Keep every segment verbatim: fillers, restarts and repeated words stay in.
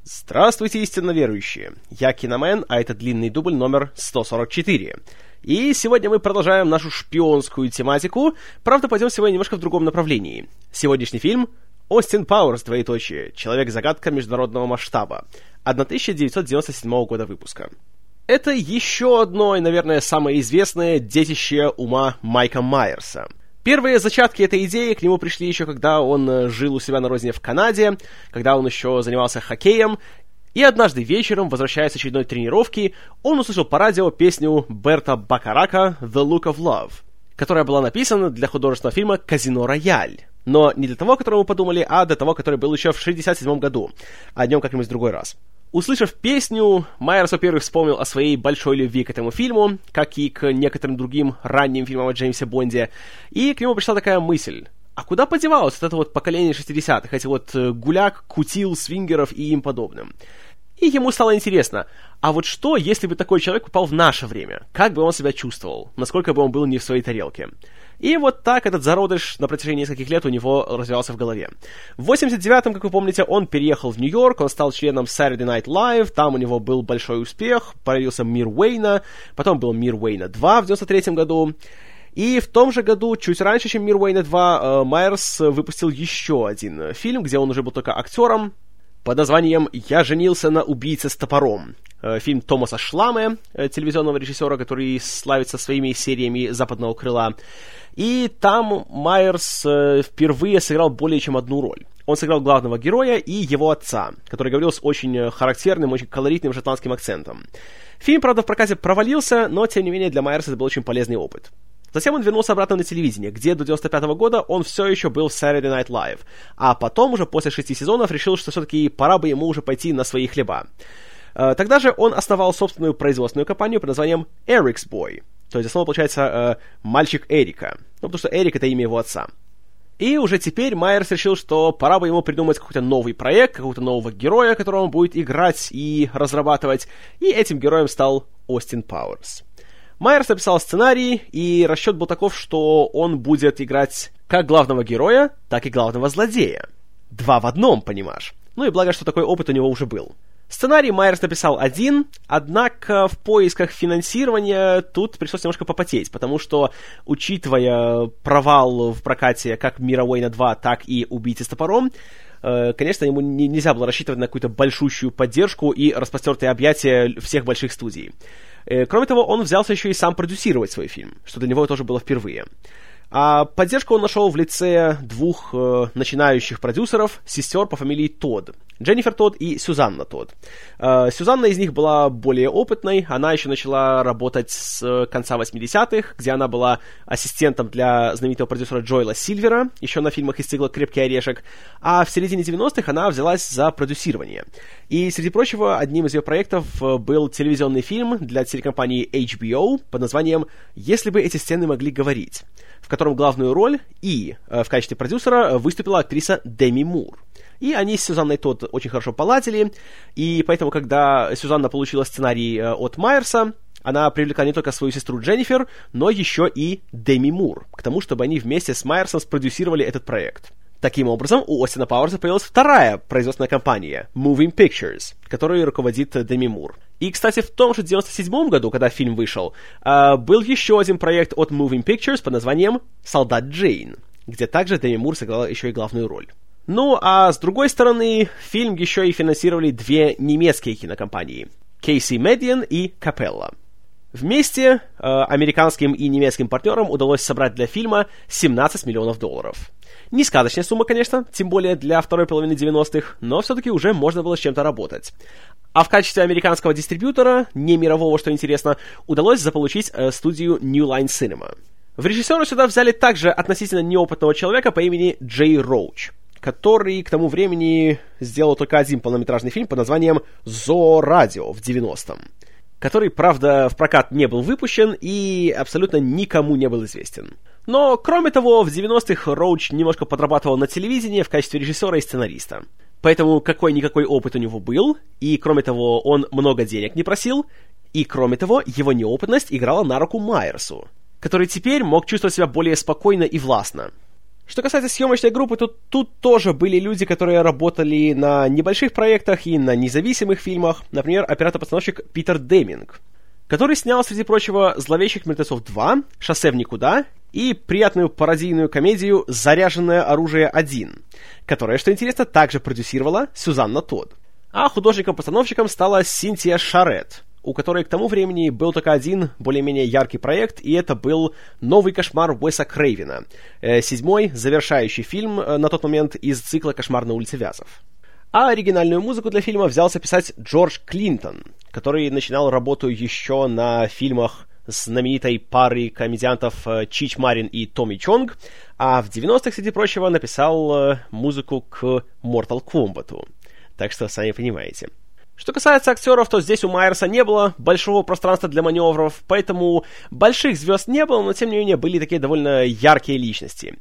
Здравствуйте, истинно верующие! Я Киномен, а это длинный дубль номер сто сорок четыре. И сегодня мы продолжаем нашу шпионскую тематику, правда, пойдем сегодня немножко в другом направлении. Сегодняшний фильм — Остин Пауэрс, двоеточие, Человек-загадка международного масштаба, тысяча девятьсот девяносто седьмого года выпуска. Это еще одно и, наверное, самое известное детище ума Майка Майерса. Первые зачатки этой идеи к нему пришли еще когда он жил у себя на родине в Канаде, когда он еще занимался хоккеем, и однажды вечером, возвращаясь с очередной тренировки, он услышал по радио песню Берта Бакарака «The Look of Love», которая была написана для художественного фильма «Казино Рояль». Но не для того, о котором мы подумали, а для того, который был еще в шестьдесят седьмом году. О нем как-нибудь в другой раз. Услышав песню, Майерс, во-первых, вспомнил о своей большой любви к этому фильму, как и к некоторым другим ранним фильмам о Джеймсе Бонде, и к нему пришла такая мысль: а куда подевалось вот это вот поколение шестидесятых, эти вот гуляк, кутил, свингеров и им подобным? И ему стало интересно, а вот что, если бы такой человек попал в наше время? Как бы он себя чувствовал? Насколько бы он был не в своей тарелке? И вот так этот зародыш на протяжении нескольких лет у него развивался в голове. В восемьдесят девятом, как вы помните, он переехал в Нью-Йорк, он стал членом Saturday Night Live, там у него был большой успех, появился «Мир Уэйна», потом был «Мир Уэйна два» в девяносто третьем году. И в том же году, чуть раньше, чем «Мир Уэйна два», Майерс выпустил еще один фильм, где он уже был только актером, под названием «Я женился на убийце с топором». Фильм Томаса Шламе, телевизионного режиссера, который славится своими сериями «Западного крыла». И там Майерс впервые сыграл более чем одну роль. Он сыграл главного героя и его отца, который говорил с очень характерным, очень колоритным шотландским акцентом. Фильм, правда, в прокате провалился, но, тем не менее, для Майерса это был очень полезный опыт. Затем он вернулся обратно на телевидение, где до девяносто пятого года он все еще был в Saturday Night Live, а потом уже после шести сезонов решил, что все-таки пора бы ему уже пойти на свои хлеба. Тогда же он основал собственную производственную компанию под названием Eric's Boy, то есть основа, получается, мальчик Эрика, ну, потому что Эрик — это имя его отца. И уже теперь Майерс решил, что пора бы ему придумать какой-то новый проект, какого-то нового героя, которого он будет играть и разрабатывать, и этим героем стал Остин Пауэрс. Майерс написал сценарий, и расчет был таков, что он будет играть как главного героя, так и главного злодея. Два в одном, понимаешь? Ну и благо, что такой опыт у него уже был. Сценарий Майерс написал один, однако в поисках финансирования тут пришлось немножко попотеть, потому что, учитывая провал в прокате как «Мира Уэйна два», так и «Убийцы с топором», конечно, ему не, нельзя было рассчитывать на какую-то большущую поддержку и распростертые объятия всех больших студий. Кроме того, он взялся еще и сам продюсировать свой фильм, что для него тоже было впервые. А поддержку он нашел в лице двух э, начинающих продюсеров, сестер по фамилии Тодд. Дженнифер Тодд и Сюзанна Тодд. Э, Сюзанна из них была более опытной, она еще начала работать с конца восьмидесятых, где она была ассистентом для знаменитого продюсера Джоэла Сильвера, еще на фильмах из цикла «Крепкий орешек», а в середине девяностых она взялась за продюсирование. И, среди прочего, одним из ее проектов был телевизионный фильм для телекомпании эйч би о под названием «Если бы эти стены могли говорить», в котором главную роль и э, в качестве продюсера выступила актриса Деми Мур. И они с Сюзанной Тодд очень хорошо поладили, и поэтому, когда Сюзанна получила сценарий э, от Майерса, она привлекла не только свою сестру Дженнифер, но еще и Деми Мур, к тому, чтобы они вместе с Майерсом спродюсировали этот проект. Таким образом, у Остина Пауэрса появилась вторая производственная компания — Moving Pictures, которой руководит Деми Мур. И, кстати, в том же девяносто седьмом году, когда фильм вышел, э, был еще один проект от Moving Pictures под названием «Солдат Джейн», где также Деми Мур сыграла еще и главную роль. Ну, а с другой стороны, фильм еще и финансировали две немецкие кинокомпании — Casey Median и Capella. Вместе э, американским и немецким партнерам удалось собрать для фильма семнадцать миллионов долларов. Не сказочная сумма, конечно, тем более для второй половины девяностых, но все-таки уже можно было с чем-то работать. А в качестве американского дистрибьютора, не мирового, что интересно, удалось заполучить э, студию New Line Cinema. В режиссера сюда взяли также относительно неопытного человека по имени Джей Роуч, который к тому времени сделал только один полнометражный фильм под названием «Зоорадио» в девяностом, который, правда, в прокат не был выпущен и абсолютно никому не был известен. Но, кроме того, в девяностых Роуч немножко подрабатывал на телевидении в качестве режиссера и сценариста. Поэтому какой-никакой опыт у него был, и, кроме того, он много денег не просил, и, кроме того, его неопытность играла на руку Майерсу, который теперь мог чувствовать себя более спокойно и властно. Что касается съемочной группы, то тут тоже были люди, которые работали на небольших проектах и на независимых фильмах. Например, оператор-постановщик Питер Деминг, который снял, среди прочего, «Зловещих мертвецов два», «Шоссе в никуда» и приятную пародийную комедию «Заряженное оружие один», которая, что интересно, также продюсировала Сюзанна Тодд. А художником-постановщиком стала Синтия Шарет, у которой к тому времени был только один более-менее яркий проект, и это был «Новый кошмар» Уэса Крейвена, э, седьмой завершающий фильм э, на тот момент из цикла «Кошмар на улице Вязов». А оригинальную музыку для фильма взялся писать Джордж Клинтон, который начинал работу еще на фильмах знаменитой пары комедиантов э, Чич Марин и Томми Чонг, а в девяностых, среди прочего, написал э, музыку к Mortal Kombat. Так что сами понимаете. Что касается актеров, то здесь у Майерса не было большого пространства для маневров, поэтому больших звезд не было, но тем не менее были такие довольно яркие личности.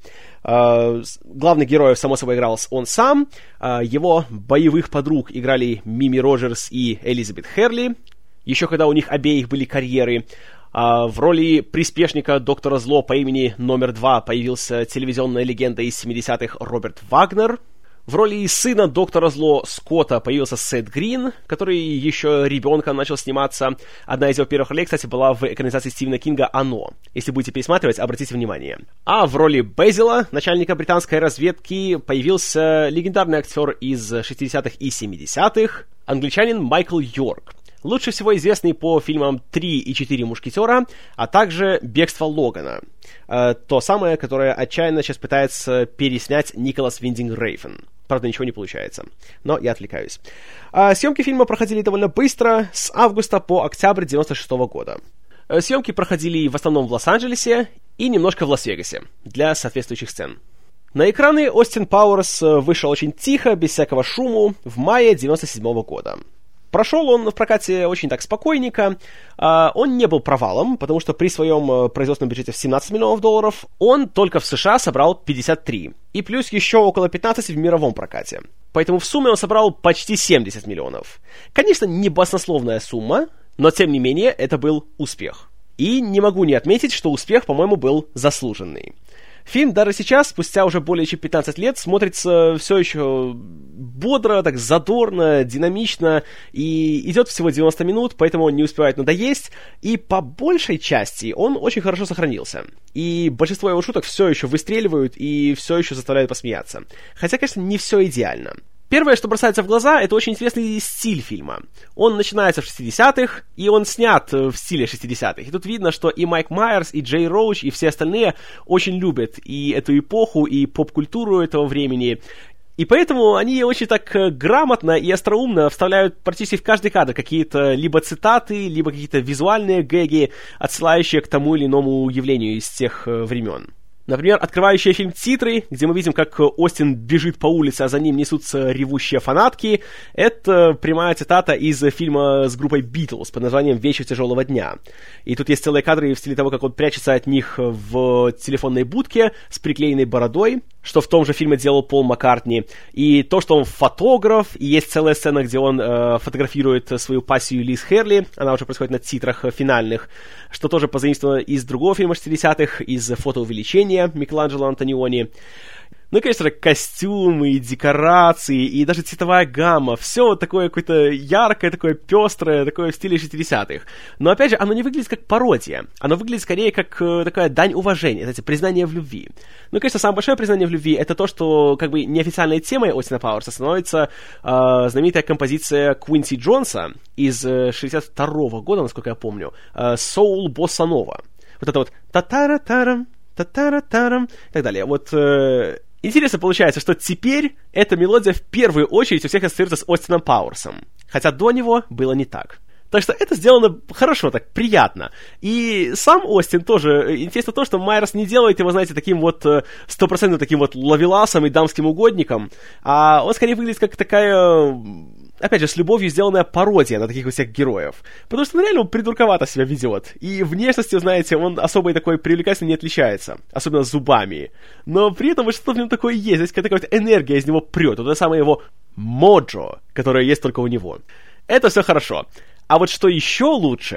Uh, главных героев, само собой, играл он сам, uh, его боевых подруг играли Мими Роджерс и Элизабет Херли, еще когда у них обеих были карьеры. Uh, в роли приспешника доктора Зло по имени номер два появился телевизионная легенда из семидесятых Роберт Вагнер. В роли сына доктора Зло Скотта появился Сет Грин, который еще ребенком начал сниматься. Одна из его первых ролей, кстати, была в экранизации Стивена Кинга «Оно». Если будете пересматривать, обратите внимание. А в роли Безила, начальника британской разведки, появился легендарный актер из шестидесятых и семидесятых, англичанин Майкл Йорк. Лучше всего известный по фильмам «Три и четыре мушкетера», а также «Бегство Логана». Э, то самое, которое отчаянно сейчас пытается переснять Николас Виндинг Рейфен. Правда, ничего не получается. Но я отвлекаюсь. А съемки фильма проходили довольно быстро, с августа по октябрь девяносто шестого года. Съемки проходили в основном в Лос-Анджелесе и немножко в Лас-Вегасе для соответствующих сцен. На экраны Остин Пауэрс вышел очень тихо, без всякого шуму, в мае девяносто седьмого года. Прошел он в прокате очень так спокойненько. Он не был провалом, потому что при своем производственном бюджете в семнадцать миллионов долларов он только в США собрал пятьдесят три. И плюс еще около пятнадцать в мировом прокате. Поэтому в сумме он собрал почти семьдесят миллионов. Конечно, не баснословная сумма, но тем не менее это был успех. И не могу не отметить, что успех, по-моему, был заслуженный. Фильм даже сейчас, спустя уже более чем пятнадцать лет, смотрится все еще бодро, так задорно, динамично, и идет всего девяносто минут, поэтому он не успевает надоесть, и по большей части он очень хорошо сохранился. И большинство его шуток все еще выстреливают и все еще заставляют посмеяться. Хотя, конечно, не все идеально. Первое, что бросается в глаза, это очень интересный стиль фильма. Он начинается в шестидесятых, и он снят в стиле шестидесятых. И тут видно, что и Майк Майерс, и Джей Роуч, и все остальные очень любят и эту эпоху, и поп-культуру этого времени. И поэтому они очень так грамотно и остроумно вставляют практически в каждый кадр какие-то либо цитаты, либо какие-то визуальные гэги, отсылающие к тому или иному явлению из тех времен. Например, открывающие фильм титры, где мы видим, как Остин бежит по улице, а за ним несутся ревущие фанатки. Это прямая цитата из фильма с группой Beatles под названием «Вечер тяжелого дня». И тут есть целые кадры в стиле того, как он прячется от них в телефонной будке с приклеенной бородой, что в том же фильме делал Пол Маккартни. И то, что он фотограф, и есть целая сцена, где он э, фотографирует свою пассию Лиз Херли, она уже происходит на титрах финальных, что тоже позаимствовано из другого фильма шестидесятых, из «Фотоувеличения» Микеланджело Антониони. Ну и, конечно же, костюмы, и декорации, и даже цветовая гамма. Все вот такое какое-то яркое, такое пестрое, такое в стиле шестидесятых. Но, опять же, оно не выглядит как пародия. Оно выглядит скорее как э, такая дань уважения, знаете, признание в любви. Ну и, конечно, самое большое признание в любви — это то, что как бы неофициальной темой Остина Пауэрса становится э, знаменитая композиция Квинси Джонса из э, шестьдесят второго года, насколько я помню, э, «Soul Bossa Nova». Вот это вот «та-та-ра-тарам», «та-та-ра-тарам» и так далее. Вот... Э, Интересно получается, что теперь эта мелодия в первую очередь у всех ассоциируется с Остином Пауэрсом, хотя до него было не так. Так что это сделано хорошо, так приятно. И сам Остин тоже, интересно то, что Майерс не делает его, знаете, таким вот стопроцентно таким вот ловеласом и дамским угодником, а он скорее выглядит как такая... Опять же, с любовью сделанная пародия на таких вот всех героев. Потому что, ну, реально, он придурковато себя ведет. И внешностью, знаете, он особой такой привлекательно не отличается. Особенно зубами. Но при этом вот что-то в нем такое есть. Здесь какая-то вот энергия из него прет. Вот это самое его моджо, которое есть только у него. Это все хорошо. А вот что еще лучше,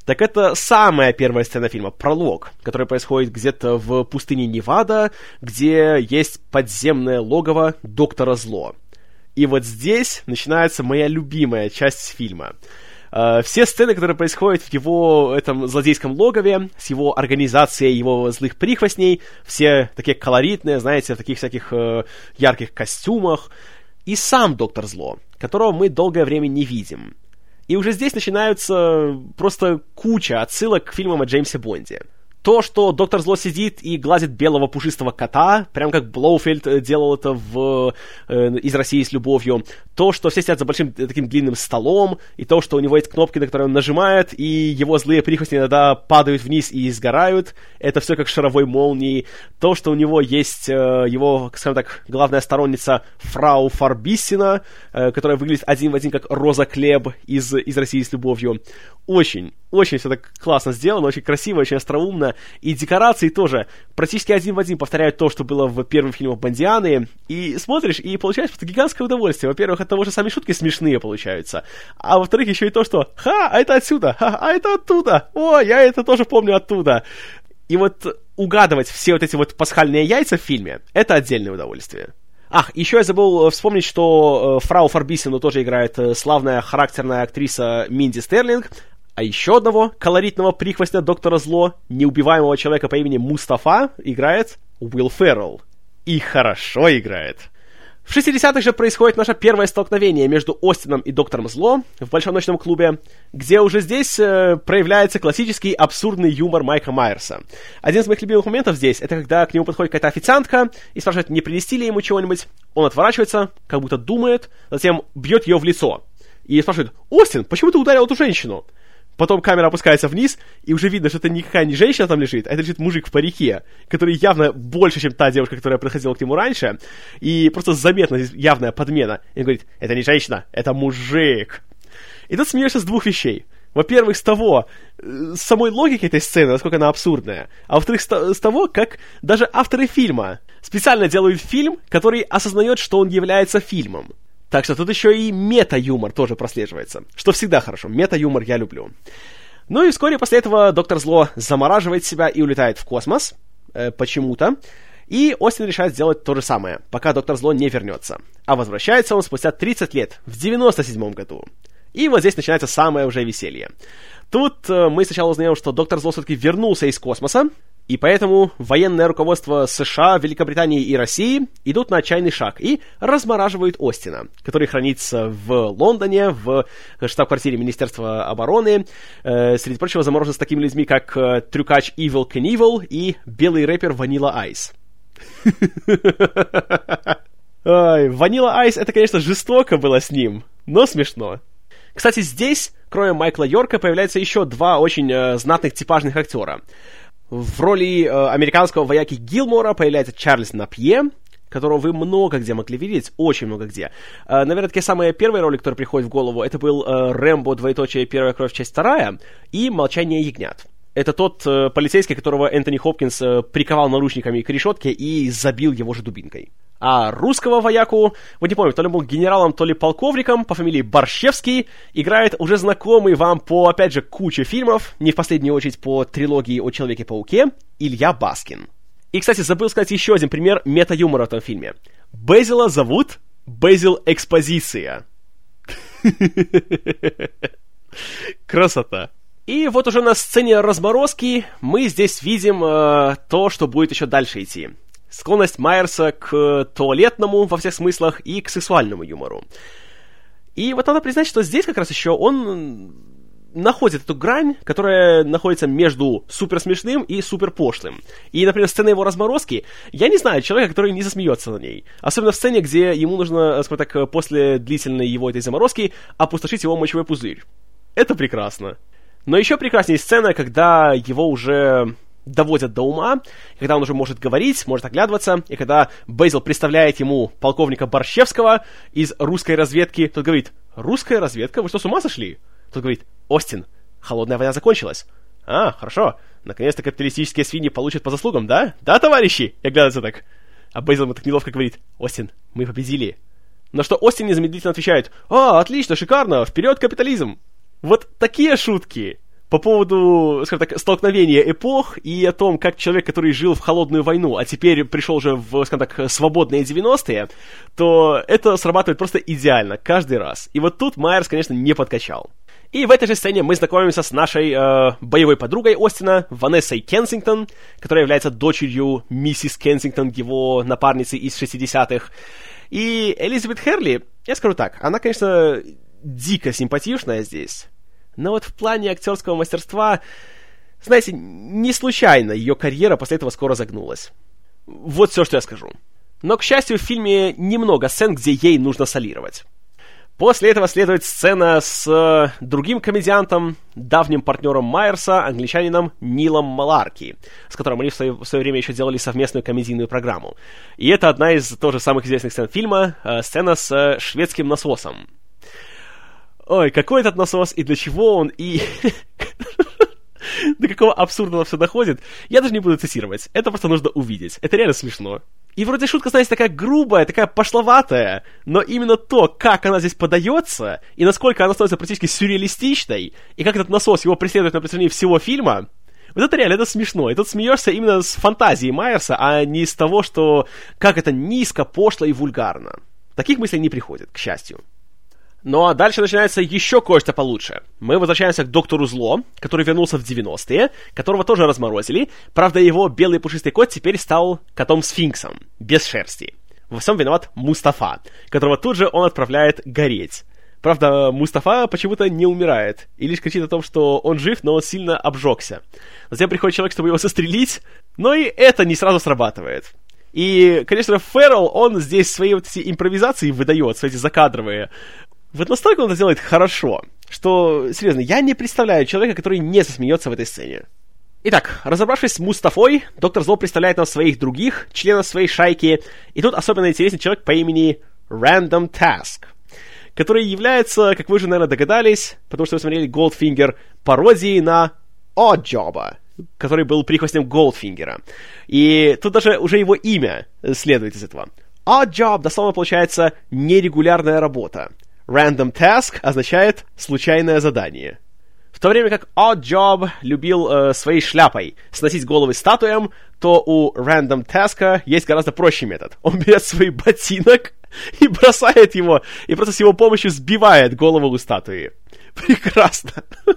Так это самая первая сцена фильма, пролог, который происходит где-то в пустыне Невада, где есть подземное логово Доктора Зло. И вот здесь начинается моя любимая часть фильма. Uh, все сцены, которые происходят в его этом злодейском логове, с его организацией, его злых прихвостней, все такие колоритные, знаете, в таких всяких uh, ярких костюмах, и сам Доктор Зло, которого мы долгое время не видим. И уже здесь начинаются просто куча отсылок к фильмам о Джеймсе Бонде. То, что Доктор Зло сидит и гладит белого пушистого кота, прям как Блоуфельд делал это в э, «Из России с любовью», то, что все сидят за большим таким длинным столом, и то, что у него есть кнопки, на которые он нажимает, и его злые прихвостни иногда падают вниз и сгорают, это все как шаровой молнии, то, что у него есть э, его, скажем так, главная сторонница фрау Фарбиссина, э, которая выглядит один в один как Роза Клеб из «Из России с любовью». Очень, очень все так классно сделано, очень красиво, очень остроумно. И декорации тоже практически один в один повторяют то, что было в первом фильме Бондианы. И смотришь, и получаешь просто гигантское удовольствие. Во-первых, от того, что сами шутки смешные получаются. А во-вторых, еще и то, что «Ха, а это отсюда! Ха, а это оттуда! О, я это тоже помню оттуда!» И вот угадывать все вот эти вот пасхальные яйца в фильме — это отдельное удовольствие. Ах, еще я забыл вспомнить, что э, фрау Фарбиссину тоже играет э, славная характерная актриса Минди Стерлинг, а еще одного колоритного прихвостня Доктора Зло, неубиваемого человека по имени Мустафа, играет Уилл Феррелл. И хорошо играет. В шестидесятых же происходит наше первое столкновение между Остином и Доктором Зло в Большом ночном клубе, где уже здесь э, проявляется классический абсурдный юмор Майка Майерса. Один из моих любимых моментов здесь — это когда к нему подходит какая-то официантка и спрашивает, не принести ли ему чего-нибудь. Он отворачивается, как будто думает, затем бьет ее в лицо. И спрашивает: «Остин, почему ты ударил эту женщину?» Потом камера опускается вниз, и уже видно, что это никакая не женщина там лежит, а это лежит мужик в парике, который явно больше, чем та девушка, которая подходила к нему раньше, и просто заметна явная подмена. И он говорит: «Это не женщина, это мужик». И тут смеешься с двух вещей. Во-первых, с того, с самой логики этой сцены, насколько она абсурдная, а во-вторых, с того, как даже авторы фильма специально делают фильм, который осознает, что он является фильмом. Так что тут еще и мета-юмор тоже прослеживается, что всегда хорошо. Мета-юмор я люблю. Ну и вскоре после этого Доктор Зло замораживает себя и улетает в космос, э, почему-то, и Остин решает сделать то же самое, пока Доктор Зло не вернется. А возвращается он спустя тридцать лет, в девяносто седьмом году. И вот здесь начинается самое уже веселье. Тут э, мы сначала узнаем, что Доктор Зло все-таки вернулся из космоса, и поэтому военное руководство США, Великобритании и России идут на отчаянный шаг и размораживают Остина, который хранится в Лондоне, в штаб-квартире Министерства обороны. Э, среди прочего, заморожен с такими людьми, как э, трюкач Evil Knievel и белый рэпер Vanilla Ice. Vanilla Ice — это, конечно, жестоко было с ним, но смешно. Кстати, здесь, кроме Майкла Йорка, появляются еще два очень э, знатных типажных актера. В роли э, американского вояки Гилмора появляется Чарльз Напье, которого вы много где могли видеть, очень много где. Э, наверное, такие самые первые роли, которые приходят в голову, это был э, «Рэмбо, двоеточие, первая кровь, часть вторая» и «Молчание ягнят». Это тот э, полицейский, которого Энтони Хопкинс э, приковал наручниками к решетке и забил его же дубинкой. А русского вояку, вот не помню, то ли был генералом, то ли полковником, по фамилии Борщевский, играет уже знакомый вам по, опять же, куче фильмов, не в последнюю очередь по трилогии о Человеке-пауке, Илья Баскин. И, кстати, забыл сказать еще один пример мета-юмора в этом фильме. Безила зовут Безил Экспозиция. Красота. И вот уже на сцене разморозки мы здесь видим э, то, что будет еще дальше идти. Склонность Майерса к туалетному во всех смыслах и к сексуальному юмору. И вот надо признать, что здесь как раз еще он находит эту грань, которая находится между супер смешным и супер пошлым. И, например, сцена его разморозки, я не знаю человека, который не засмеется на ней. Особенно в сцене, где ему нужно, скажем так, после длительной его этой заморозки опустошить его мочевой пузырь. Это прекрасно. Но еще прекраснее сцена, когда его уже доводят до ума, когда он уже может говорить, может оглядываться, и когда Безил представляет ему полковника Борщевского из русской разведки, тот говорит: «Русская разведка? Вы что, с ума сошли?» Тот говорит: «Остин, холодная война закончилась». «А, хорошо, наконец-то капиталистические свиньи получат по заслугам, да? Да, товарищи?» И оглядывается так. А Безил ему так неловко говорит: «Остин, мы победили». На что Остин незамедлительно отвечает: «А, отлично, шикарно, вперед капитализм!» Вот такие шутки по поводу, скажем так, столкновения эпох и о том, как человек, который жил в холодную войну, а теперь пришел уже в, скажем так, свободные девяностые, то это срабатывает просто идеально каждый раз. И вот тут Майерс, конечно, не подкачал. И в этой же сцене мы знакомимся с нашей э, боевой подругой Остина, Ванессой Кенсингтон, которая является дочерью миссис Кенсингтон, его напарницы из шестидесятых. И Элизабет Херли, я скажу так, она, конечно, дико симпатичная здесь, но вот в плане актерского мастерства, знаете, не случайно ее карьера после этого скоро загнулась. Вот все, что я скажу. Но, к счастью, в фильме немного сцен, где ей нужно солировать. После этого следует сцена с э, другим комедиантом, давним партнером Майерса, англичанином Нилом Маларки, с которым они в свое, в свое время еще делали совместную комедийную программу. И это одна из тоже самых известных сцен фильма, э, сцена с э, шведским насосом. Ой, какой этот насос, и для чего он, и... До какого абсурда все доходит, я даже не буду цитировать. Это просто нужно увидеть. Это реально смешно. И вроде шутка, знаете, такая грубая, такая пошловатая, но именно то, как она здесь подается, и насколько она становится практически сюрреалистичной, и как этот насос его преследует на протяжении всего фильма, вот это реально, это смешно. И тут смеешься именно с фантазии Майерса, а не с того, что как это низко, пошло и вульгарно. Таких мыслей не приходит, к счастью. Ну а дальше начинается еще кое-что получше. Мы возвращаемся к доктору Зло, который вернулся в девяностые, которого тоже разморозили. Правда, его белый пушистый кот теперь стал котом-сфинксом, без шерсти. Во всем виноват Мустафа, которого тут же он отправляет гореть. Правда, Мустафа почему-то не умирает, и лишь кричит о том, что он жив, но он сильно обжегся. Затем приходит человек, чтобы его застрелить, но и это не сразу срабатывает. И, конечно, Феррелл, он здесь свои вот эти импровизации выдает, свои эти закадровые. Вот настолько он это делает хорошо, что, серьезно, я не представляю человека, который не засмеется в этой сцене. Итак, разобравшись с Мустафой, доктор Зло представляет нам своих других членов своей шайки, и тут особенно интересный человек по имени Random Task, который является, как вы уже, наверное, догадались, потому что вы смотрели Goldfinger, пародией на Oddjob, который был прихвостнем Голдфингера. И тут даже уже его имя следует из этого. Oddjob дословно получается «нерегулярная работа». Random Task означает «случайное задание». В то время как Oddjob любил э, своей шляпой сносить головы статуям, то у Random Task есть гораздо проще метод. Он берет свой ботинок и бросает его, и просто с его помощью сбивает голову у статуи. Прекрасно.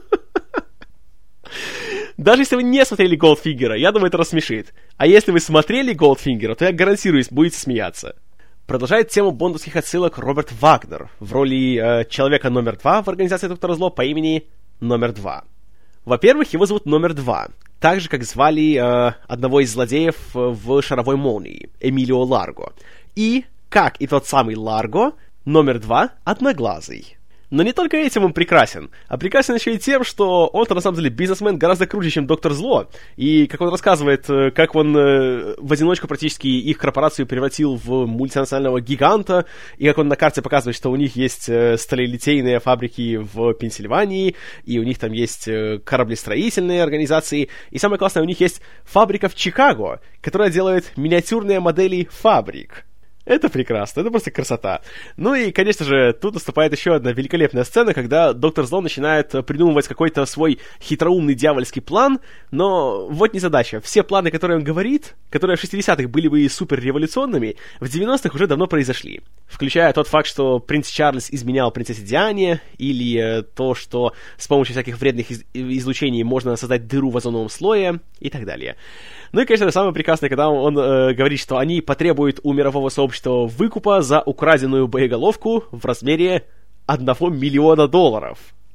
Даже если вы не смотрели Голдфингера, я думаю, это рассмешит. А если вы смотрели Голдфингера, то я гарантирую, будете смеяться. Продолжает тему бондовских отсылок Роберт Вагнер в роли э, человека номер два в организации Доктора Зло по имени Номер Два. Во-первых, его зовут Номер Два, так же, как звали э, одного из злодеев в «Шаровой молнии» Эмилио Ларго. И, как и тот самый Ларго, Номер Два одноглазый. Но не только этим он прекрасен, а прекрасен еще и тем, что он-то на самом деле бизнесмен гораздо круче, чем Доктор Зло. И как он рассказывает, как он в одиночку практически их корпорацию превратил в мультинационального гиганта, и как он на карте показывает, что у них есть сталелитейные фабрики в Пенсильвании, и у них там есть кораблестроительные организации, и самое классное, у них есть фабрика в Чикаго, которая делает миниатюрные модели фабрик. Это прекрасно, это просто красота. Ну и, конечно же, тут наступает еще одна великолепная сцена, когда Доктор Зло начинает придумывать какой-то свой хитроумный дьявольский план, но вот незадача. Все планы, которые он говорит, которые в шестидесятых были бы суперреволюционными, в девяностых уже давно произошли. Включая тот факт, что принц Чарльз изменял принцессе Диане, или то, что с помощью всяких вредных из- излучений можно создать дыру в озоновом слое, и так далее. Ну и, конечно, самое прекрасное, когда он э, говорит, что они потребуют у мирового сообщества выкупа за украденную боеголовку в размере одного миллиона долларов.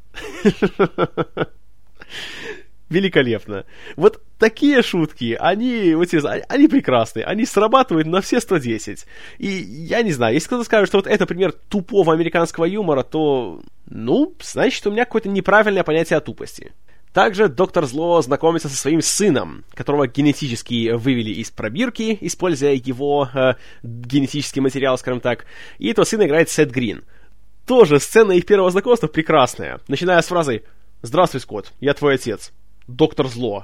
Великолепно. Вот такие шутки, они, вот, они прекрасны, они срабатывают на все сто десять. И я не знаю, если кто-то скажет, что вот это пример тупого американского юмора, то, ну, значит, у меня какое-то неправильное понятие о тупости. Также Доктор Зло знакомится со своим сыном, которого генетически вывели из пробирки, используя его э, генетический материал, скажем так. И этого сына играет Сет Грин. Тоже сцена их первого знакомства прекрасная. Начиная с фразы «Здравствуй, Скотт, я твой отец, Доктор Зло».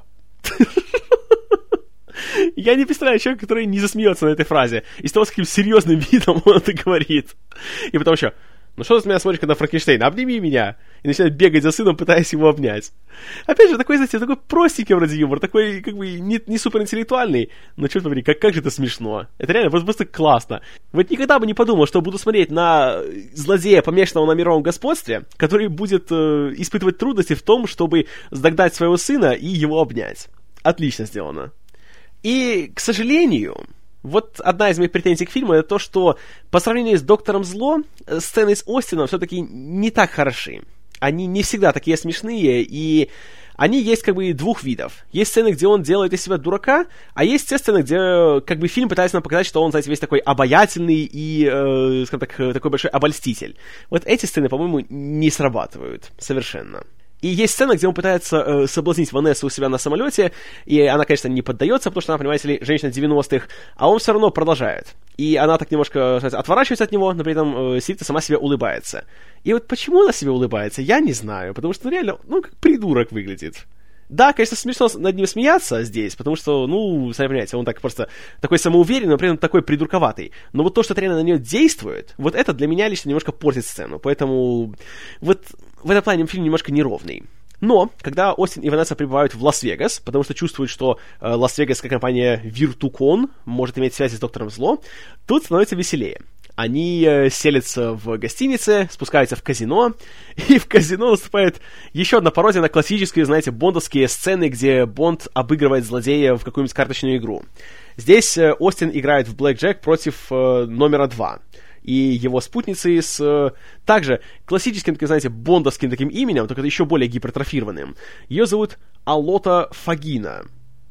Я не представляю человека, который не засмеется на этой фразе. И с того, с каким серьезным видом он это говорит. И потом еще Ну что ты на меня смотришь, когда Франкенштейн? Обними меня! И начинает бегать за сыном, пытаясь его обнять. Опять же, такой, знаете, такой простенький вроде юмор, такой, как бы, не, не суперинтеллектуальный, но, черт побери, как, как же это смешно. Это реально просто, просто классно. Вот никогда бы не подумал, что буду смотреть на злодея, помешанного на мировом господстве, который будет э, испытывать трудности в том, чтобы догнать своего сына и его обнять. Отлично сделано. И, к сожалению... Вот одна из моих претензий к фильму — это то, что по сравнению с «Доктором Зло» сцены с Остином все-таки не так хороши. Они не всегда такие смешные, и они есть как бы двух видов. Есть сцены, где он делает из себя дурака, а есть те сцены, где как бы фильм пытается нам показать, что он, знаете, весь такой обаятельный и, э, скажем так, такой большой обольститель. Вот эти сцены, по-моему, не срабатывают совершенно. И есть сцена, где он пытается э, соблазнить Ванессу у себя на самолете, и она, конечно, не поддается, потому что она, понимаете ли, женщина девяностых, а он все равно продолжает. И она так немножко, знаете, отворачивается от него, но при этом э, сидит и сама себе улыбается. И вот почему она себе улыбается, я не знаю, потому что, ну, реально, ну, как придурок выглядит. Да, конечно, смешно над ним смеяться здесь, потому что, ну, сами понимаете, он так просто такой самоуверенный, но при этом такой придурковатый. Но вот то, что это реально на нее действует, вот это для меня лично немножко портит сцену. Поэтому вот в этом плане фильм немножко неровный. Но, когда Остин и Ванесса прибывают в Лас-Вегас, потому что чувствуют, что э, Лас-Вегасская компания Виртукон может иметь связи с Доктором Зло, тут становится веселее. Они э, селятся в гостинице, спускаются в казино, и в казино наступает еще одна пародия на классические, знаете, бондовские сцены, где Бонд обыгрывает злодея в какую-нибудь карточную игру. Здесь э, Остин играет в блэкджек против э, номера два. И его спутницы с э, также классическим, таким, знаете, бондовским таким именем, только еще более гипертрофированным. Ее зовут Алота Фагина.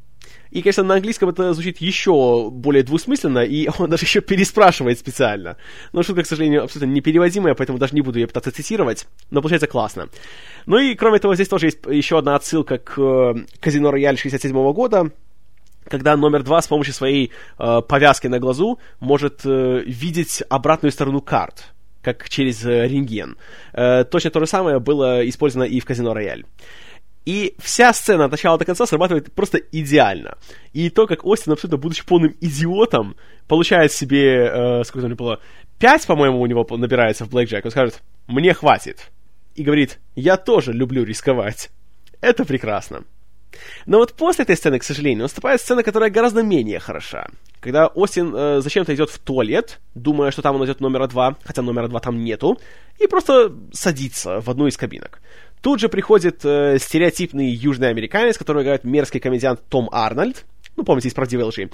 И, конечно, на английском это звучит еще более двусмысленно, и он даже еще переспрашивает специально. Но шутка, к сожалению, абсолютно непереводимая, поэтому даже не буду ее пытаться цитировать, но получается классно. Ну и, кроме того, здесь тоже есть еще одна отсылка к э, Казино Рояль шестьдесят седьмого года, когда номер два с помощью своей э, повязки на глазу может э, видеть обратную сторону карт, как через э, рентген. Э, точно то же самое было использовано и в Казино Рояль. И вся сцена от начала до конца срабатывает просто идеально. И то, как Остин, абсолютно будучи полным идиотом, получает себе, э, сколько там было, пять, по-моему, у него набирается в блэкджек, он скажет: «Мне хватит». И говорит: «Я тоже люблю рисковать». Это прекрасно. Но вот после этой сцены, к сожалению, наступает сцена, которая гораздо менее хороша. Когда Остин э, зачем-то идет в туалет, думая, что там он найдет номера два, хотя номера два там нету, и просто садится в одну из кабинок. Тут же приходит э, стереотипный южный американец, который играет мерзкий комедиант Том Арнольд. Ну, помните, из «Правдивой лжи».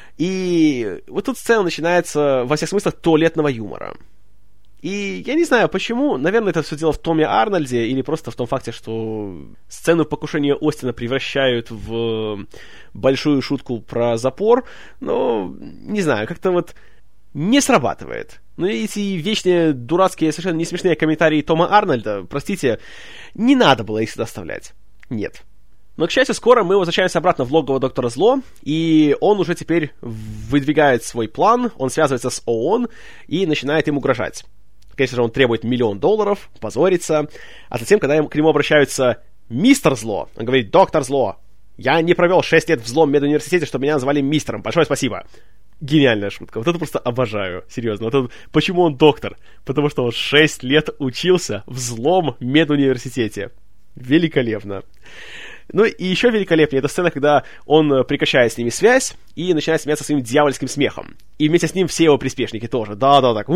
И вот тут сцена начинается, во всех смыслах, туалетного юмора. И я не знаю, почему. Наверное, это все дело в Томе Арнольде или просто в том факте, что сцену покушения Остина превращают в большую шутку про запор. Но, не знаю, как-то вот не срабатывает. Ну, эти вечные дурацкие, совершенно не смешные комментарии Тома Арнольда, простите, не надо было их сюда вставлять. Нет. Но, к счастью, скоро мы возвращаемся обратно в логово Доктора Зло, и он уже теперь выдвигает свой план, он связывается с ООН и начинает им угрожать. Конечно же, он требует миллион долларов, позорится, а затем, когда к нему обращаются «Мистер Зло», он говорит: «Доктор Зло, я не провел шесть лет в злом медуниверситете, чтобы меня назвали мистером, большое спасибо». Гениальная шутка. Вот это просто обожаю. Серьезно. Вот это, почему он доктор? Потому что он шесть лет учился в злом медуниверситете. Великолепно. Ну и еще великолепнее эта сцена, когда он прекращает с ними связь и начинает смеяться своим дьявольским смехом. И вместе с ним все его приспешники тоже. Да-да, так.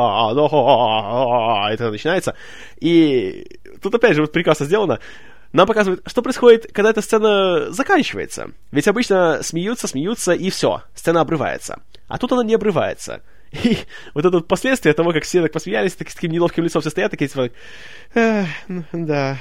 Это начинается. И тут опять же вот прекрасно сделано. Нам показывают, что происходит, когда эта сцена заканчивается. Ведь обычно смеются, смеются, и все, сцена обрывается. А тут она не обрывается. И вот это вот последствия того, как все так посмеялись, так, с таким неловким лицом все стоят, такие типа, да,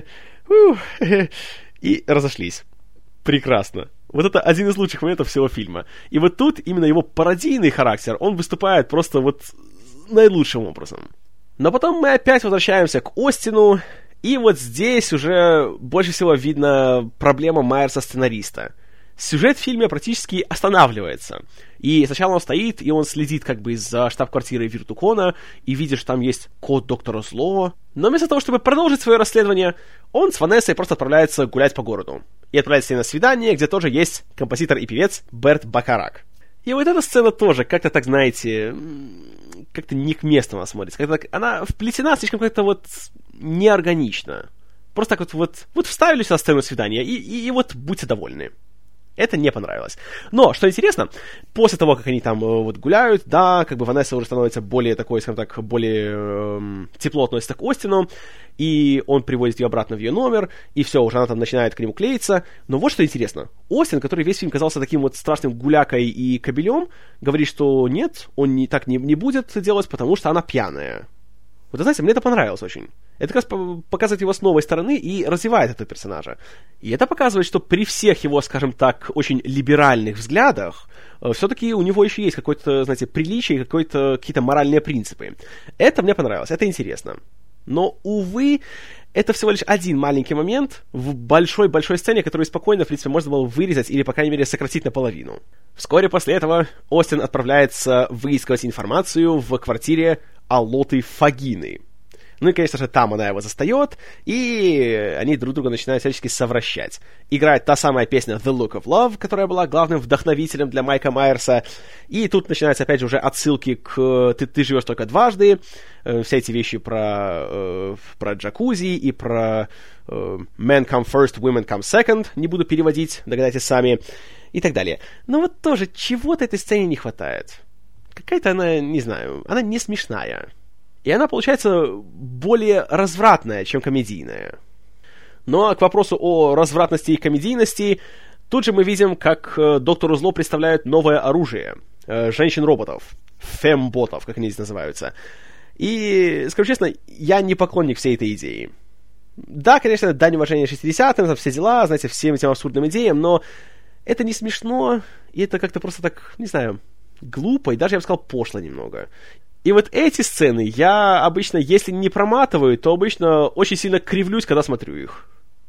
и разошлись. Прекрасно. Вот это один из лучших моментов всего фильма. И вот тут именно его пародийный характер, он выступает просто вот наилучшим образом. Но потом мы опять возвращаемся к Остину. И вот здесь уже больше всего видно проблема Майерса-сценариста. Сюжет в фильме практически останавливается. И сначала он стоит, и он следит как бы за штаб-квартирой Виртукона, и видит, что там есть код Доктора Зло. Но вместо того, чтобы продолжить свое расследование, он с Ванессой просто отправляется гулять по городу. И отправляется на свидание, где тоже есть композитор и певец Берт Бакарак. И вот эта сцена тоже как-то так, знаете, как-то не к месту она смотрится. Как-то так, она вплетена слишком как-то вот неорганично. Просто так вот, вот, вот вставили сюда сцену свидания, и, и, и вот будьте довольны. Это не понравилось. Но, что интересно, после того, как они там э, вот гуляют, да, как бы Ванесса уже становится более такой, скажем так, более э, тепло относится к Остину, и он приводит ее обратно в ее номер, и все, уже она там начинает к нему клеиться. Но вот что интересно. Остин, который весь фильм казался таким вот страшным гулякой и кобелем, говорит, что нет, он не, так не, не будет делать, потому что она пьяная. Вот, знаете, мне это понравилось очень. Это как раз показывает его с новой стороны и развивает этого персонажа. И это показывает, что при всех его, скажем так, очень либеральных взглядах, э, все-таки у него еще есть какое-то, знаете, приличие, какое-то, какие-то моральные принципы. Это мне понравилось, это интересно. Но, увы, это всего лишь один маленький момент в большой-большой сцене, которую спокойно, в принципе, можно было вырезать или, по крайней мере, сократить наполовину. Вскоре после этого Остин отправляется выискивать информацию в квартире Алоты Фагины. Ну и, конечно же, там она его застает, и они друг друга начинают всячески совращать. Играет та самая песня «The Look of Love», которая была главным вдохновителем для Майка Майерса, и тут начинаются, опять же, уже отсылки к «Ты, ты живешь только дважды», э, все эти вещи про, э, про джакузи и про э, «Men come first, women come second», не буду переводить, догадайтесь сами, и так далее. Но вот тоже чего-то этой сцене не хватает. Какая-то она, не знаю, она не смешная. И она получается более развратная, чем комедийная. Ну а к вопросу о развратности и комедийности, тут же мы видим, как э, доктору Зло представляют новое оружие. Э, женщин-роботов. Фемботов, как они здесь называются. И, скажу честно, я не поклонник всей этой идеи. Да, конечно, дань уважения шестидесятым, там все дела, знаете, всем этим абсурдным идеям, но это не смешно, и это как-то просто так, не знаю, глупо, и даже, я бы сказал, пошло немного. И вот эти сцены я обычно, если не проматываю, то обычно очень сильно кривлюсь, когда смотрю их.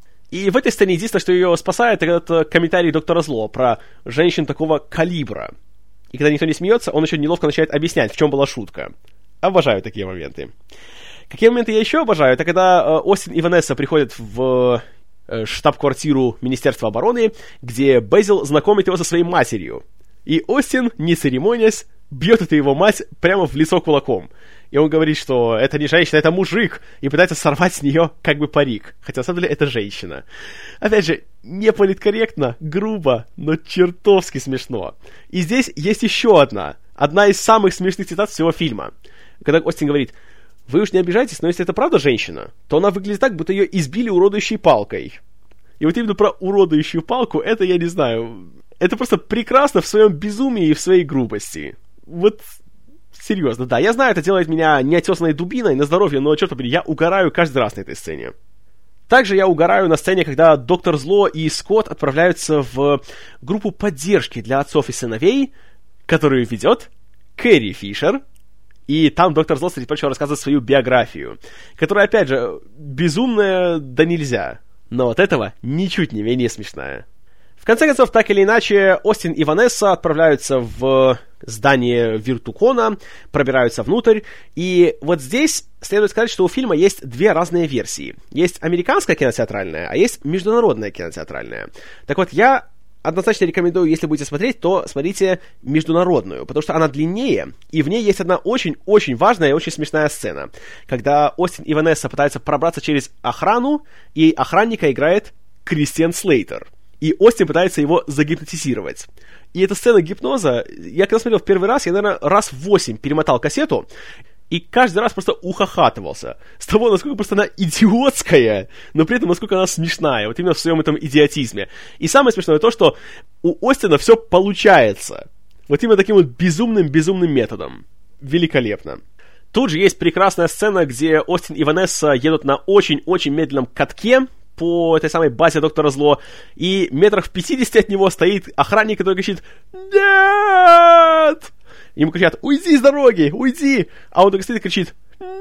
И в этой сцене единственное, что ее спасает, это комментарий доктора Зло про женщин такого калибра. И когда никто не смеется, он еще неловко начинает объяснять, в чем была шутка. Обожаю такие моменты. Какие моменты я еще обожаю, это когда э, Остин и Ванесса приходят в э, штаб-квартиру Министерства обороны, где Безил знакомит его со своей матерью. И Остин, не церемонясь, бьет эту его мать прямо в лицо кулаком. И он говорит, что это не женщина, это мужик, и пытается сорвать с нее как бы парик. Хотя, на самом деле, это женщина. Опять же, не политкорректно, грубо, но чертовски смешно. И здесь есть еще одна, одна из самых смешных цитат всего фильма. Когда Остин говорит: «Вы уж не обижайтесь, но если это правда женщина, то она выглядит так, будто ее избили уродующей палкой». И вот именно про уродующую палку, это я не знаю... Это просто прекрасно в своем безумии и в своей грубости. Вот, серьезно, да. Я знаю, это делает меня неотесанной дубиной на здоровье, но, черт побери, я угораю каждый раз на этой сцене. Также я угораю на сцене, когда доктор Зло и Скотт отправляются в группу поддержки для отцов и сыновей, которую ведет Кэрри Фишер. И там доктор Зло, среди прочего, рассказывает свою биографию, которая, опять же, безумная да нельзя. Но от этого ничуть не менее смешная. В конце концов, так или иначе, Остин и Ванесса отправляются в здание Виртукона, пробираются внутрь, и вот здесь следует сказать, что у фильма есть две разные версии. Есть американская кинотеатральная, а есть международная кинотеатральная. Так вот, я однозначно рекомендую, если будете смотреть, то смотрите международную, потому что она длиннее, и в ней есть одна очень-очень важная и очень смешная сцена, когда Остин и Ванесса пытаются пробраться через охрану, и охранника играет Кристиан Слейтер. И Остин пытается его загипнотизировать. И эта сцена гипноза, я когда смотрел в первый раз, я, наверное, раз в восемь перемотал кассету, и каждый раз просто ухахатывался. С того, насколько просто она идиотская, но при этом насколько она смешная, вот именно в своем этом идиотизме. И самое смешное то, что у Остина все получается. Вот именно таким вот безумным-безумным методом. Великолепно. Тут же есть прекрасная сцена, где Остин и Ванесса едут на очень-очень медленном катке по этой самой базе доктора Зло, и метрах в пятидесяти от него стоит охранник, который кричит «Нет!». Ему кричат «Уйди с дороги! Уйди!». А он только стоит и кричит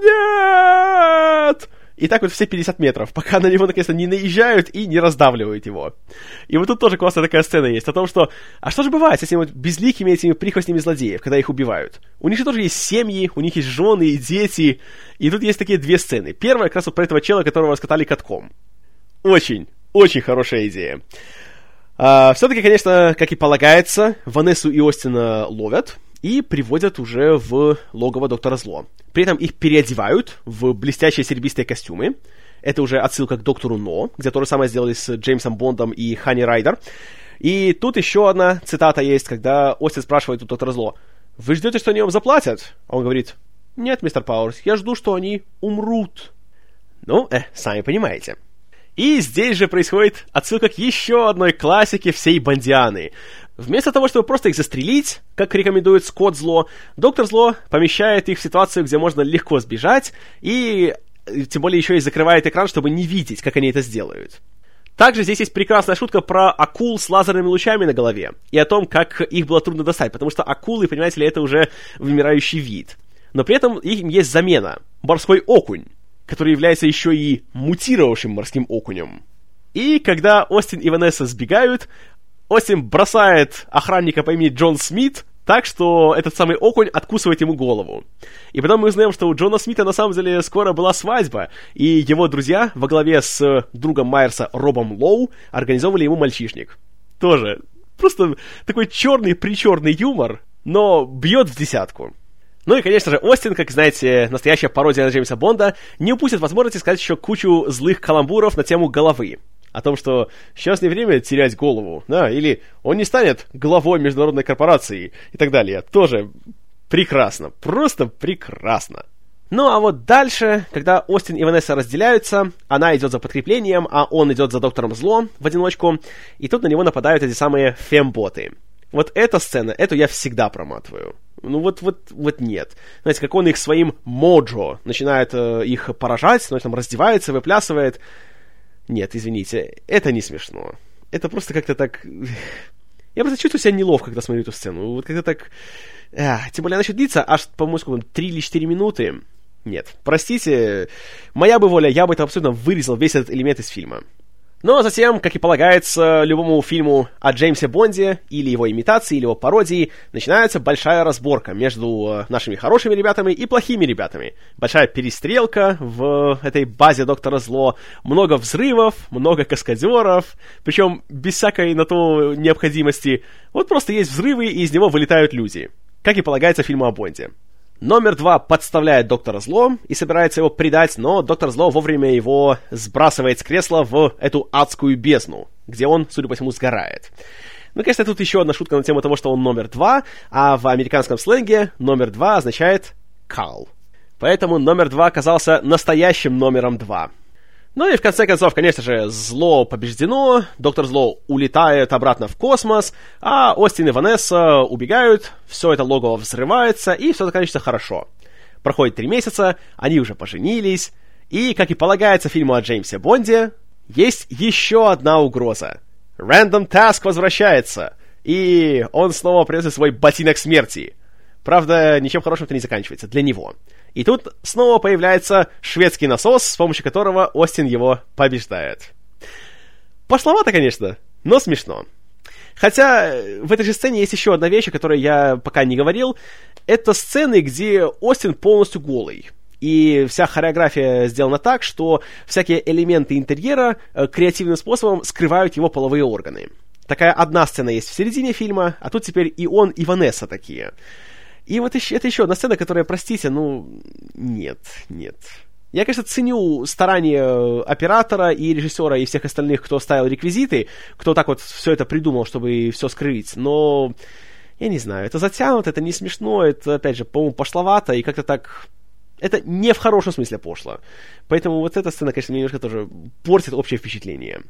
«Нет!». И так вот все пятьдесят метров, пока на него наконец-то не наезжают и не раздавливают его. И вот тут тоже классная такая сцена есть, о том, что а что же бывает с этими вот безликими этими прихвостнями злодеев, когда их убивают? У них же тоже есть семьи, у них есть жены и дети. И тут есть такие две сцены. Первая как раз вот про этого чела, которого раскатали катком. Очень, очень хорошая идея. А, все-таки, конечно, как и полагается, Ванессу и Остина ловят и приводят уже в логово Доктора Зло. При этом их переодевают в блестящие серебристые костюмы. Это уже отсылка к Доктору Но, где то же самое сделали с Джеймсом Бондом и Ханни Райдер. И тут еще одна цитата есть, когда Остин спрашивает у Доктора Зло: «Вы ждете, что они вам заплатят?» А он говорит: «Нет, мистер Пауэрс, я жду, что они умрут». Ну, э, сами понимаете. И здесь же происходит отсылка к еще одной классике всей Бондианы. Вместо того, чтобы просто их застрелить, как рекомендует Скотт Зло, Доктор Зло помещает их в ситуацию, где можно легко сбежать, и тем более еще и закрывает экран, чтобы не видеть, как они это сделают. Также здесь есть прекрасная шутка про акул с лазерными лучами на голове, и о том, как их было трудно достать, потому что акулы, понимаете ли, это уже вымирающий вид. Но при этом им есть замена — морской окунь, который является еще и мутировавшим морским окунем. И когда Остин и Ванесса сбегают, Остин бросает охранника по имени Джон Смит так, что этот самый окунь откусывает ему голову. И потом мы узнаем, что у Джона Смита на самом деле скоро была свадьба, и его друзья во главе с другом Майерса Робом Лоу организовывали ему мальчишник. Тоже просто такой черный-причерный юмор, но бьет в десятку. Ну и, конечно же, Остин, как знаете, настоящая пародия на Джеймса Бонда, не упустит возможности сказать еще кучу злых каламбуров на тему головы. О том, что сейчас не время терять голову, да, или он не станет главой международной корпорации и так далее. Тоже прекрасно, просто прекрасно. Ну а вот дальше, когда Остин и Ванесса разделяются, она идет за подкреплением, а он идет за Доктором Зло в одиночку, и тут на него нападают эти самые фемботы. Вот эта сцена, эту я всегда проматываю. Ну вот, вот, вот нет. Знаете, как он их своим моджо начинает э, их поражать, он там раздевается, выплясывает. Нет, извините, это не смешно. Это просто как-то так... Я просто чувствую себя неловко, когда смотрю эту сцену. Вот как-то так... Эх, тем более она еще длится аж, по-моему, сколько, три или четыре минуты. Нет, простите, моя бы воля, я бы это абсолютно вырезал, весь этот элемент из фильма. Ну а затем, как и полагается любому фильму о Джеймсе Бонде, или его имитации, или его пародии, начинается большая разборка между нашими хорошими ребятами и плохими ребятами. Большая перестрелка в этой базе Доктора Зло, много взрывов, много каскадеров, причем без всякой на то необходимости. Вот просто есть взрывы, и из него вылетают люди, как и полагается фильму о Бонде. Номер два подставляет Доктора Зло и собирается его предать, но Доктор Зло вовремя его сбрасывает с кресла в эту адскую бездну, где он, судя по всему, сгорает. Ну, конечно, тут еще одна шутка на тему того, что он номер два, а в американском сленге номер два означает «кал». Поэтому номер два оказался настоящим номером два. Ну и в конце концов, конечно же, зло побеждено, Доктор Зло улетает обратно в космос, а Остин и Ванесса убегают, все это логово взрывается, и все заканчивается хорошо. Проходит три месяца, они уже поженились, и, как и полагается фильму о Джеймсе Бонде, есть еще одна угроза. Random Task возвращается, и он снова приносит свой ботинок смерти. Правда, ничем хорошим это не заканчивается для него. И тут снова появляется шведский насос, с помощью которого Остин его побеждает. Пошловато, конечно, но смешно. Хотя в этой же сцене есть еще одна вещь, о которой я пока не говорил. Это сцены, где Остин полностью голый. И вся хореография сделана так, что всякие элементы интерьера креативным способом скрывают его половые органы. Такая одна сцена есть в середине фильма, а тут теперь и он, и Ванесса такие. И вот еще, это еще одна сцена, которая, простите, ну, нет, нет. Я, конечно, ценю старания оператора и режиссера и всех остальных, кто ставил реквизиты, кто так вот все это придумал, чтобы все скрыть, но, я не знаю, это затянуто, это не смешно, это, опять же, по-моему, пошловато, и как-то так... Это не в хорошем смысле пошло. Поэтому вот эта сцена, конечно, мне немножко тоже портит общее впечатление.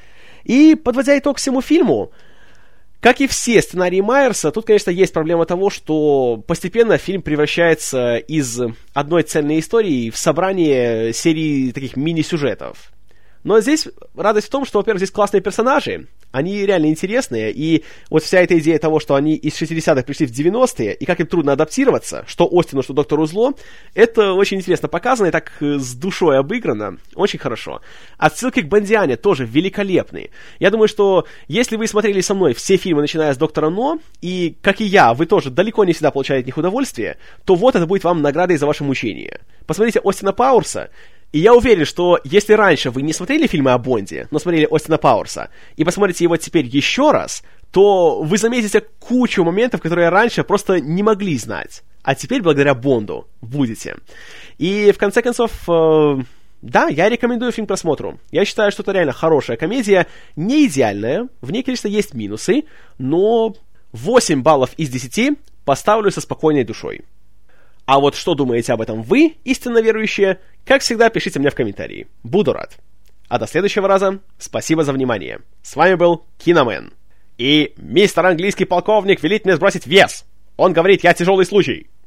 И, подводя итог всему фильму, как и все сценарии Майерса, тут, конечно, есть проблема того, что постепенно фильм превращается из одной цельной истории в собрание серии таких мини-сюжетов. Но здесь радость в том, что, во-первых, здесь классные персонажи, они реально интересные, и вот вся эта идея того, что они из шестидесятых пришли в девяностые, и как им трудно адаптироваться, что Остину, что Доктору Зло, это очень интересно показано и так с душой обыграно, очень хорошо. Отсылки к Бондиане тоже великолепные. Я думаю, что если вы смотрели со мной все фильмы, начиная с Доктора Но, и, как и я, вы тоже далеко не всегда получаете от них удовольствие, то вот это будет вам наградой за ваше мучение. Посмотрите Остина Пауэрса, И я уверен, что если раньше вы не смотрели фильмы о Бонде, но смотрели Остина Пауэрса, и посмотрите его теперь еще раз, то вы заметите кучу моментов, которые раньше просто не могли знать. А теперь, благодаря Бонду, будете. И, в конце концов, э, да, я рекомендую фильм к просмотру. Я считаю, что это реально хорошая комедия, не идеальная, в ней, конечно, есть минусы, но восемь баллов из десяти поставлю со спокойной душой. А вот что думаете об этом вы, истинно верующие, как всегда, пишите мне в комментарии. Буду рад. А до следующего раза, спасибо за внимание. С вами был Киномен. И мистер английский полковник велит мне сбросить вес. Он говорит, я тяжелый случай.